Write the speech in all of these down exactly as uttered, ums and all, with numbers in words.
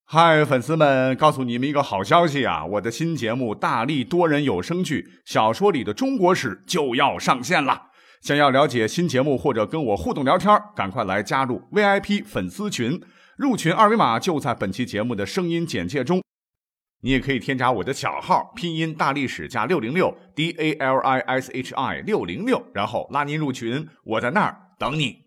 嗨，粉丝们，告诉你们一个好消息啊！我的新节目《大力多人有声剧小说里的中国史》就要上线了。想要了解新节目或者跟我互动聊天，赶快来加入 V I P 粉丝群，入群二维码就在本期节目的声音简介中。你也可以添加我的小号，拼音大历史加六零六 D A L I S H I 六零六，然后拉您入群，我在那儿等你。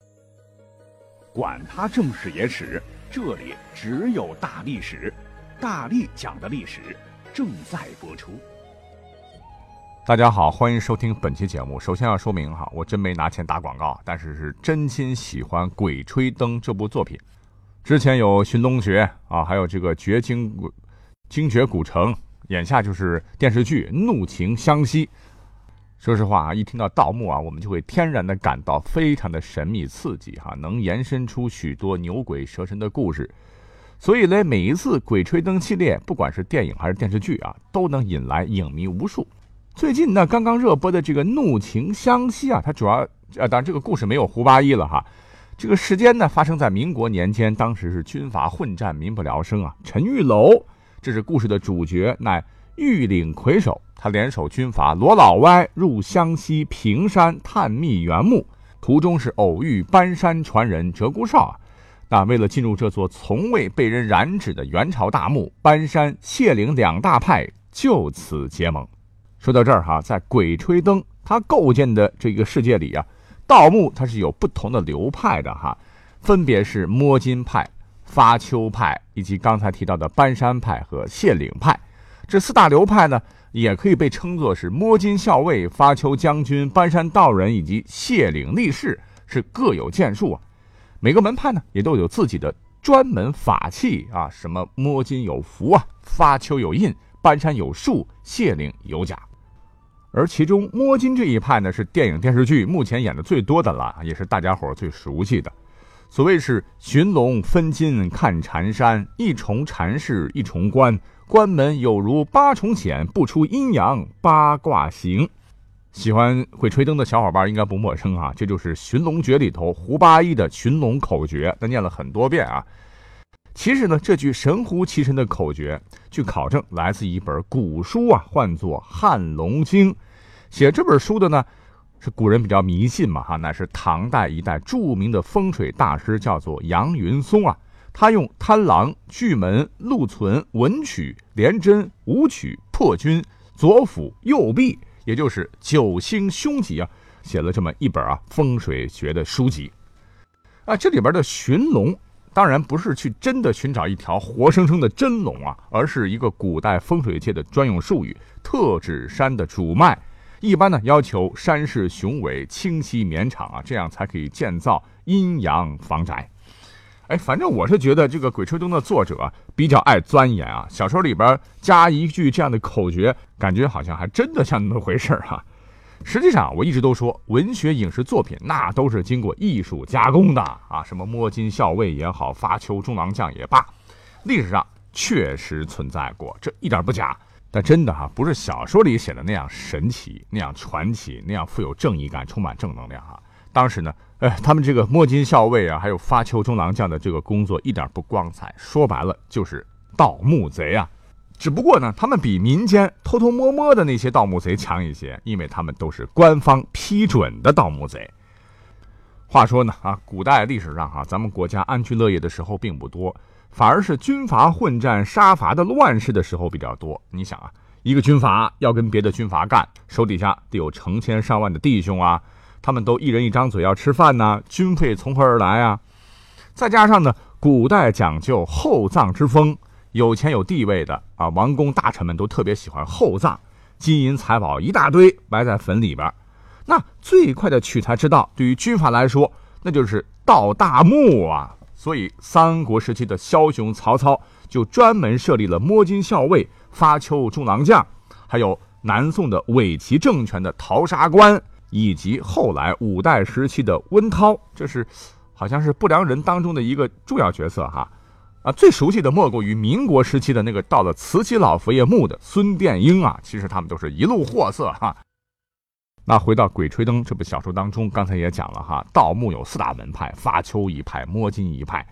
管他正史野史，这里只有大历史，大力讲的历史正在播出。 大家好，欢迎收听本期节目。首先要说明哈，我真没拿钱打广告，但是是真心喜欢《鬼吹灯》这部作品。之前有《寻龙诀》啊，还有这个《绝经精绝古城》，眼下就是电视剧《怒晴湘西》。说实话啊，一听到盗墓啊，我们就会天然的感到非常的神秘刺激哈，能延伸出许多牛鬼蛇神的故事。所以呢，每一次《鬼吹灯》系列，不管是电影还是电视剧啊，都能引来影迷无数。最近呢，刚刚热播的这个《怒晴湘西》啊，它主要呃，当然这个故事没有胡八一了哈。这个时间呢，发生在民国年间，当时是军阀混战，民不聊生啊。陈玉楼，这是故事的主角，乃玉岭魁首，他联手军阀罗老歪入湘西平山探秘原墓，途中是偶遇搬山传人鹧鸪哨啊。那为了进入这座从未被人染指的元朝大墓，搬山谢岭两大派就此结盟。说到这儿哈，在《鬼吹灯》它构建的这个世界里啊，盗墓它是有不同的流派的哈，分别是摸金派、发丘派以及刚才提到的搬山派和谢岭派。这四大流派呢，也可以被称作是摸金校尉、发丘将军、搬山道人以及谢岭力士，是各有建树啊。每个门派呢，也都有自己的专门法器啊，什么摸金有符啊，发丘有印，搬山有术，谢岭有甲。而其中摸金这一派呢，是电影电视剧目前演的最多的了，也是大家伙最熟悉的。所谓是寻龙分金看缠山，一重缠饰一重关，关门有如八重险，不出阴阳八卦行。喜欢会吹灯的小伙伴应该不陌生啊，这就是《寻龙诀》里头胡八一的寻龙口诀，他念了很多遍啊。其实呢，这句神乎其神的口诀，据考证来自一本古书啊，唤作《汉龙经》。写这本书的呢，是古人比较迷信嘛哈，乃是唐代一代著名的风水大师，叫做杨云松啊。他用贪狼、巨门、禄存、文曲、廉贞、武曲、破军、左辅、右弼，也就是九星凶吉啊，写了这么一本啊风水学的书籍啊。这里边的寻龙当然不是去真的寻找一条活生生的真龙啊，而是一个古代风水界的专用术语，特指山的主脉。一般呢，要求山势雄伟、清晰绵长啊，这样才可以建造阴阳房宅。哎，反正我是觉得这个《鬼吹灯》的作者、啊、比较爱钻研啊，小说里边加一句这样的口诀，感觉好像还真的像那么回事哈、啊。实际上，我一直都说，文学影视作品那都是经过艺术加工的啊，什么摸金校尉也好，发丘中郎将也罢，历史上确实存在过，这一点不假。但真的哈、啊，不是小说里写的那样神奇、那样传奇、那样富有正义感、充满正能量哈、啊。当时呢，呃，他们这个摸金校尉啊，还有发丘中郎将的这个工作一点不光彩，说白了就是盗墓贼啊。只不过呢，他们比民间偷偷摸摸的那些盗墓贼强一些，因为他们都是官方批准的盗墓贼。话说呢，啊，古代历史上哈、啊，咱们国家安居乐业的时候并不多。反而是军阀混战、杀伐的乱世的时候比较多。你想啊，一个军阀要跟别的军阀干，手底下得有成千上万的弟兄啊，他们都一人一张嘴要吃饭呢、啊，军费从何而来啊？再加上呢，古代讲究厚葬之风，有钱有地位的啊，王公大臣们都特别喜欢厚葬，金银财宝一大堆埋在坟里边。那最快的取财之道，对于军阀来说，那就是盗大墓啊。所以三国时期的枭雄曹操就专门设立了摸金校尉、发丘中郎将，还有南宋的伪齐政权的淘沙官，以及后来五代时期的温韬，这是好像是不良人当中的一个重要角色哈。啊，最熟悉的莫过于民国时期的那个到了慈禧老佛爷墓的孙殿英啊，其实他们都是一路货色哈。那回到《鬼吹灯》这部小说当中，刚才也讲了哈，盗墓有四大门派，发丘一派，摸金一派。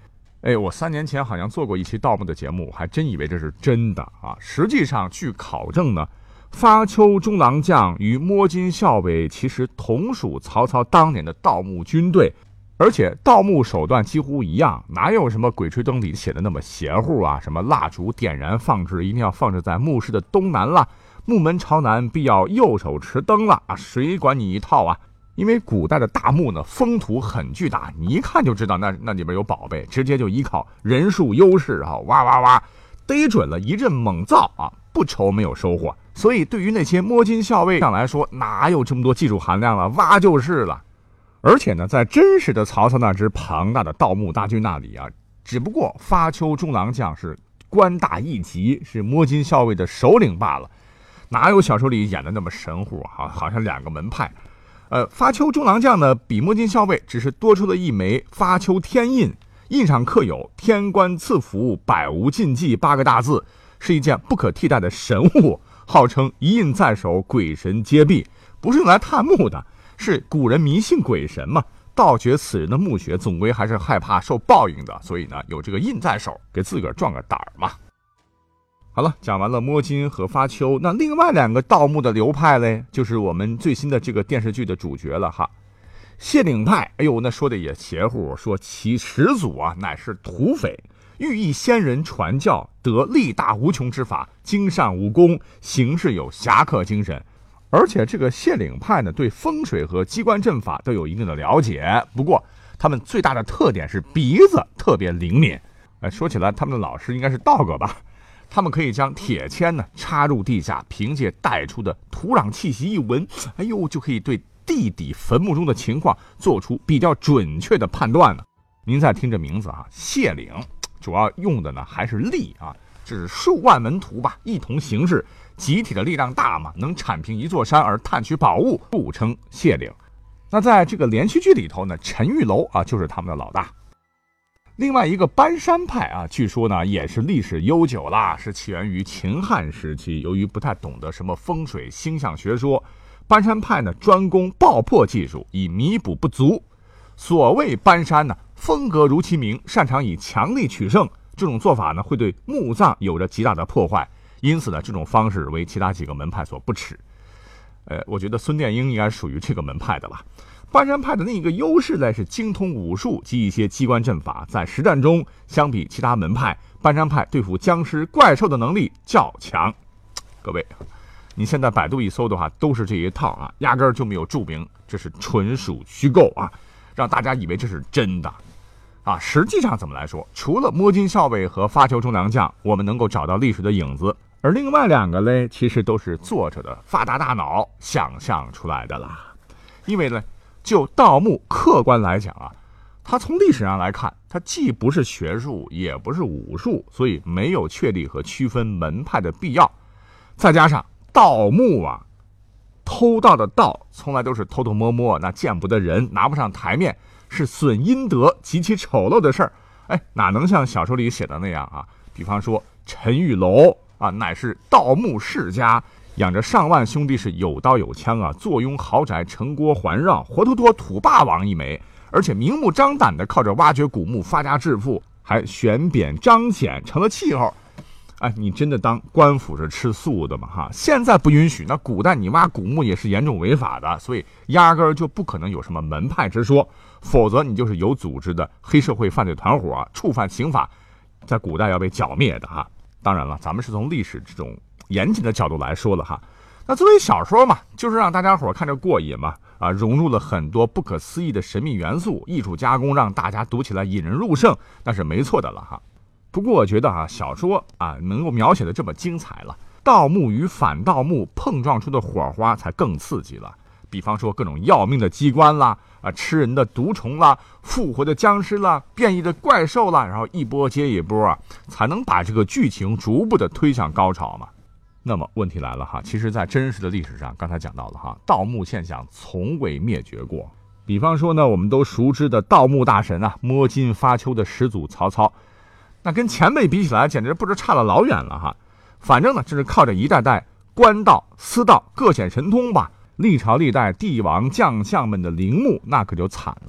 哎，我三年前好像做过一期盗墓的节目，还真以为这是真的啊。实际上，据考证呢，发丘中郎将与摸金校尉其实同属曹操当年的盗墓军队，而且盗墓手段几乎一样，哪有什么《鬼吹灯》里写的那么邪乎啊？什么蜡烛点燃放置一定要放置在墓室的东南啦，墓门朝南必要右手持灯啦，啊，谁管你一套啊？因为古代的大墓呢，封土很巨大，你一看就知道那那里边有宝贝，直接就依靠人数优势啊，哇哇哇，逮准了一阵猛造啊，不愁没有收获。所以对于那些摸金校尉上来说，哪有这么多技术含量了，挖就是了。而且呢，在真实的曹操那支庞大的盗墓大军那里啊，只不过发丘中郎将是官大一级，是摸金校尉的首领罢了，哪有小说里演的那么神乎啊？好像两个门派。呃，发丘中郎将呢，比摸金校尉只是多出了一枚发丘天印，印上刻有天官赐福，百无禁忌八个大字，是一件不可替代的神物，号称一印在手，鬼神皆避，不是用来探墓的，是古人迷信鬼神嘛，盗掘此人的墓穴，总归还是害怕受报应的，所以呢，有这个印在手，给自个儿壮个胆儿嘛。好了，讲完了摸金和发丘，那另外两个盗墓的流派嘞，就是我们最新的这个电视剧的主角了哈。谢岭派，哎呦，那说的也邪乎，说其始祖啊乃是土匪，寓意先人传教，得力大无穷之法，精善武功，行事有侠客精神。而且这个谢岭派呢，对风水和机关阵法都有一定的了解，不过他们最大的特点是鼻子特别灵敏。哎，说起来，他们的老师应该是道哥吧？他们可以将铁签呢插入地下，凭借带出的土壤气息一闻，哎呦，就可以对地底坟墓中的情况做出比较准确的判断呢。您再听这名字啊，谢岭，主要用的呢还是力啊，这是数万门徒吧，一同行事，集体的力量大嘛，能铲平一座山而探取宝物，故称谢岭。那在这个连续剧里头呢，陈玉楼啊就是他们的老大。另外一个搬山派啊，据说呢也是历史悠久啦，是起源于秦汉时期。由于不太懂得什么风水星象学说，搬山派呢专攻爆破技术，以弥补不足。所谓搬山呢，风格如其名，擅长以强力取胜。这种做法呢会对墓葬有着极大的破坏，因此呢这种方式为其他几个门派所不齿。呃，我觉得孙殿英应该属于这个门派的了。搬山派的另一个优势呢是精通武术及一些机关阵法，在实战中相比其他门派，搬山派对付僵尸怪兽的能力较强。各位，你现在百度一搜的话，都是这一套啊，压根儿就没有注明这是纯属虚构啊，让大家以为这是真的啊。实际上怎么来说，除了摸金校尉和发丘中郎将，我们能够找到历史的影子，而另外两个嘞，其实都是作者的发达大脑想象出来的啦。因为呢，就盗墓客观来讲啊，它从历史上来看，它既不是学术，也不是武术，所以没有确立和区分门派的必要。再加上盗墓啊，偷盗的盗从来都是偷偷摸摸，那见不得人，拿不上台面，是损阴德、极其丑陋的事儿。哎，哪能像小说里写的那样啊？比方说陈玉楼啊，乃是盗墓世家，养着上万兄弟，是有刀有枪啊，坐拥豪宅，城郭环绕，活脱脱土霸王一枚，而且明目张胆的靠着挖掘古墓发家致富，还选贬彰显成了气候。哎，你真的当官府是吃素的吗？哈，现在不允许，那古代你挖古墓也是严重违法的，所以压根儿就不可能有什么门派之说，否则你就是有组织的黑社会犯罪团伙啊，触犯刑法，在古代要被剿灭的哈。当然了，咱们是从历史这种严谨的角度来说了哈。那作为小说嘛，就是让大家伙看着过瘾嘛，啊，融入了很多不可思议的神秘元素，艺术加工让大家读起来引人入胜，那是没错的了哈。不过我觉得啊，小说啊能够描写的这么精彩了，盗墓与反盗墓碰撞出的火花才更刺激了。比方说各种要命的机关啦，啊，吃人的毒虫啦，复活的僵尸啦，变异的怪兽啦，然后一波接一波啊，才能把这个剧情逐步的推向高潮嘛。那么问题来了哈，其实在真实的历史上，刚才讲到了哈，盗墓现象从未灭绝过。比方说呢，我们都熟知的盗墓大神啊，摸金发丘的始祖曹操，那跟前辈比起来，简直不知差了老远了哈。反正呢，这是靠着一代代官道、私道各显神通吧，历朝历代帝王将相们的陵墓，那可就惨了哈。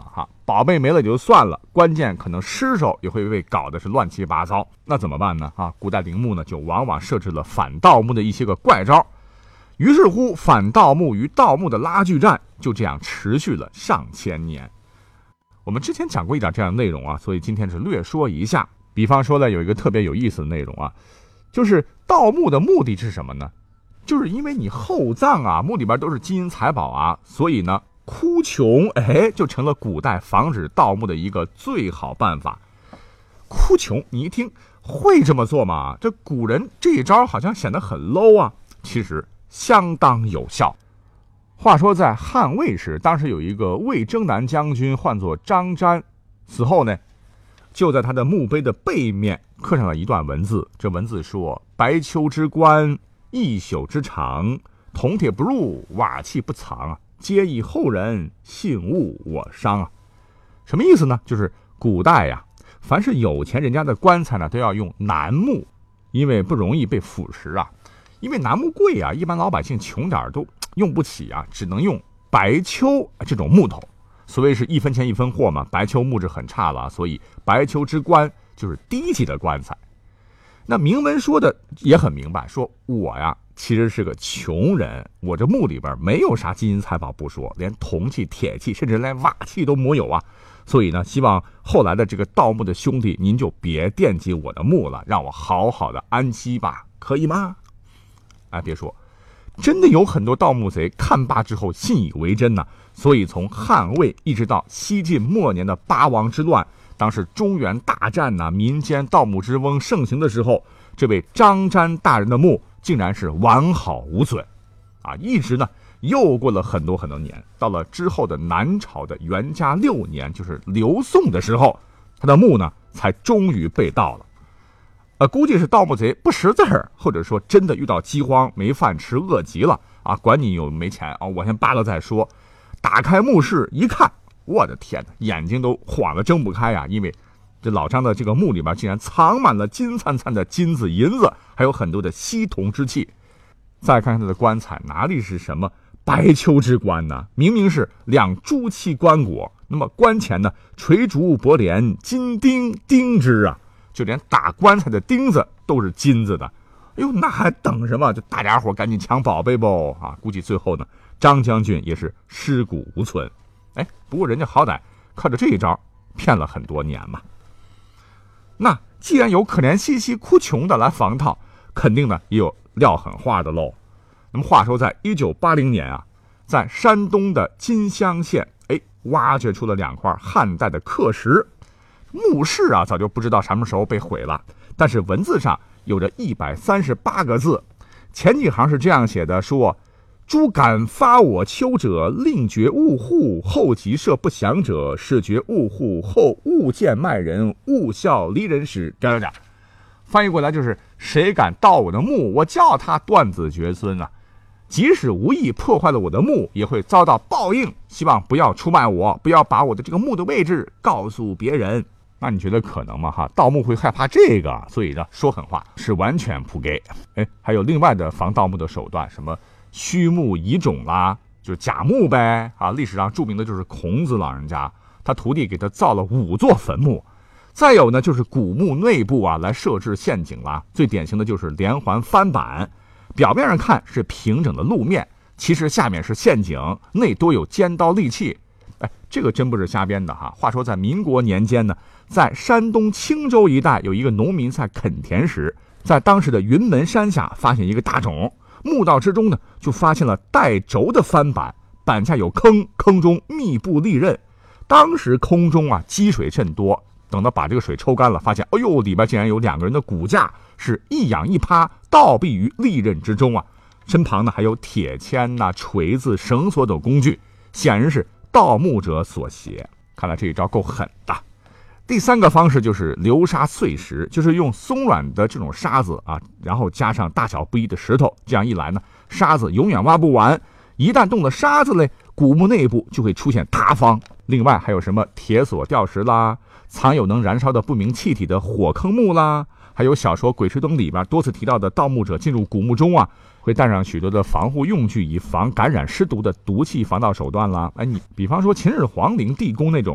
宝贝没了也就算了，关键可能尸首也会被搞得是乱七八糟。那怎么办呢？啊，古代陵墓呢就往往设置了反盗墓的一些个怪招。于是乎，反盗墓与盗墓的拉锯战就这样持续了上千年。我们之前讲过一点这样的内容啊，所以今天是略说一下。比方说呢，有一个特别有意思的内容啊，就是盗墓的目的是什么呢？就是因为你厚葬啊，墓里边都是金银财宝啊，所以呢，哭穷，哎，就成了古代防止盗墓的一个最好办法。哭穷，你一听会这么做吗？这古人这一招好像显得很 low 啊，其实相当有效。话说在汉魏时，当时有一个魏征南将军，唤作张瞻，死后呢，就在他的墓碑的背面刻上了一段文字。这文字说：白丘之棺，一宿之长，铜铁不入，瓦器不藏啊，皆以后人信勿我伤啊。什么意思呢？就是古代呀、啊，凡是有钱人家的棺材呢，都要用楠木，因为不容易被腐蚀啊。因为楠木贵啊，一般老百姓穷点都用不起啊，只能用白丘这种木头。所谓是一分钱一分货嘛，白丘木质很差了，所以白丘之棺就是低级的棺材。那铭文说的也很明白，说我呀其实是个穷人，我这墓里边没有啥金银财宝不说，连铜器、铁器，甚至连瓦器都没有啊。所以呢，希望后来的这个盗墓的兄弟，您就别惦记我的墓了，让我好好的安息吧，可以吗？哎，别说，真的有很多盗墓贼看罢之后信以为真呢、啊。所以从汉魏一直到西晋末年的八王之乱，当时中原大战呐、啊，民间盗墓之风盛行的时候，这位张瞻大人的墓竟然是完好无损，啊，一直呢又过了很多很多年，到了之后的南朝的元嘉六年，就是刘宋的时候，他的墓呢才终于被盗了。呃，估计是盗墓贼不识字儿，或者说真的遇到饥荒没饭吃，饿极了啊，管你有没钱啊，我先扒了再说。打开墓室一看，我的天哪，眼睛都晃得睁不开呀、啊！因为这老张的这个墓里边竟然藏满了金灿灿的金子、银子，还有很多的稀铜之器。再看看他的棺材，哪里是什么白丘之棺呢？明明是两朱漆棺椁，那么棺前呢垂竹柏帘，金钉钉之啊，就连打棺材的钉子都是金子的。哎呦，那还等什么？就大家伙赶紧抢宝贝不啊！估计最后呢，张将军也是尸骨无存。哎，不过人家好歹靠着这一招骗了很多年嘛。那既然有可怜兮兮哭穷的来防盗，肯定呢也有撂狠话的喽。那么话说，在一九八零年啊，在山东的金乡县，哎，挖掘出了两块汉代的刻石。墓室啊，早就不知道什么时候被毁了，但是文字上有着一百三十八个字，前几行是这样写的，说：诸敢发我丘者，令觉误户；后即设不祥者，是觉误户后勿见卖人，勿效离人时。这样讲，翻译过来就是：谁敢盗我的墓，我叫他断子绝孙啊！即使无意破坏了我的墓，也会遭到报应。希望不要出卖我，不要把我的这个墓的位置告诉别人。那你觉得可能吗？哈，盗墓会害怕这个，所以呢，说狠话是完全不给。哎，还有另外的防盗墓的手段，什么虚墓遗冢啦，就是假墓呗。啊，历史上著名的就是孔子老人家，他徒弟给他造了五座坟墓。再有呢，就是古墓内部啊来设置陷阱啦。最典型的就是连环翻板，表面上看是平整的路面，其实下面是陷阱，内多有尖刀利器。哎，这个真不是瞎编的哈。话说在民国年间呢，在山东青州一带有一个农民在垦田时，在当时的云门山下发现一个大冢，墓道之中呢就发现了带轴的翻板，板下有坑，坑中密布利刃。当时空中啊积水甚多，等到把这个水抽干了，发现哎呦，里边竟然有两个人的骨架，是一仰一趴倒毙于利刃之中啊。身旁呢还有铁签呐、啊、锤子、绳索等工具，显然是盗墓者所携。看来这一招够狠的。第三个方式就是流沙碎石，就是用松软的这种沙子啊，然后加上大小不一的石头，这样一来呢，沙子永远挖不完。一旦动了沙子嘞，古墓内部就会出现塌方。另外还有什么铁锁吊石啦，藏有能燃烧的不明气体的火坑墓啦，还有小说《鬼吹灯》里边多次提到的盗墓者进入古墓中啊，会带上许多的防护用具，以防感染尸毒的毒气防盗手段啦。哎，你比方说秦始皇陵地宫那种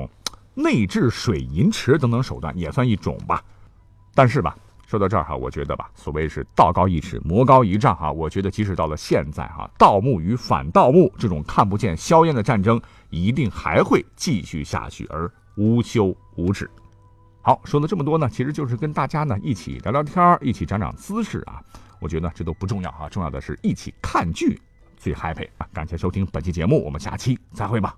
内置水银池等等手段也算一种吧。但是吧，说到这儿哈，我觉得吧，所谓是道高一尺，魔高一丈哈，我觉得即使到了现在哈，盗墓与反盗墓这种看不见硝烟的战争，一定还会继续下去，而无休无止。好，说了这么多呢，其实就是跟大家呢一起聊聊天，一起长长姿势啊。我觉得这都不重要啊，重要的是一起看剧最 happy 啊！感谢收听本期节目，我们下期再会吧。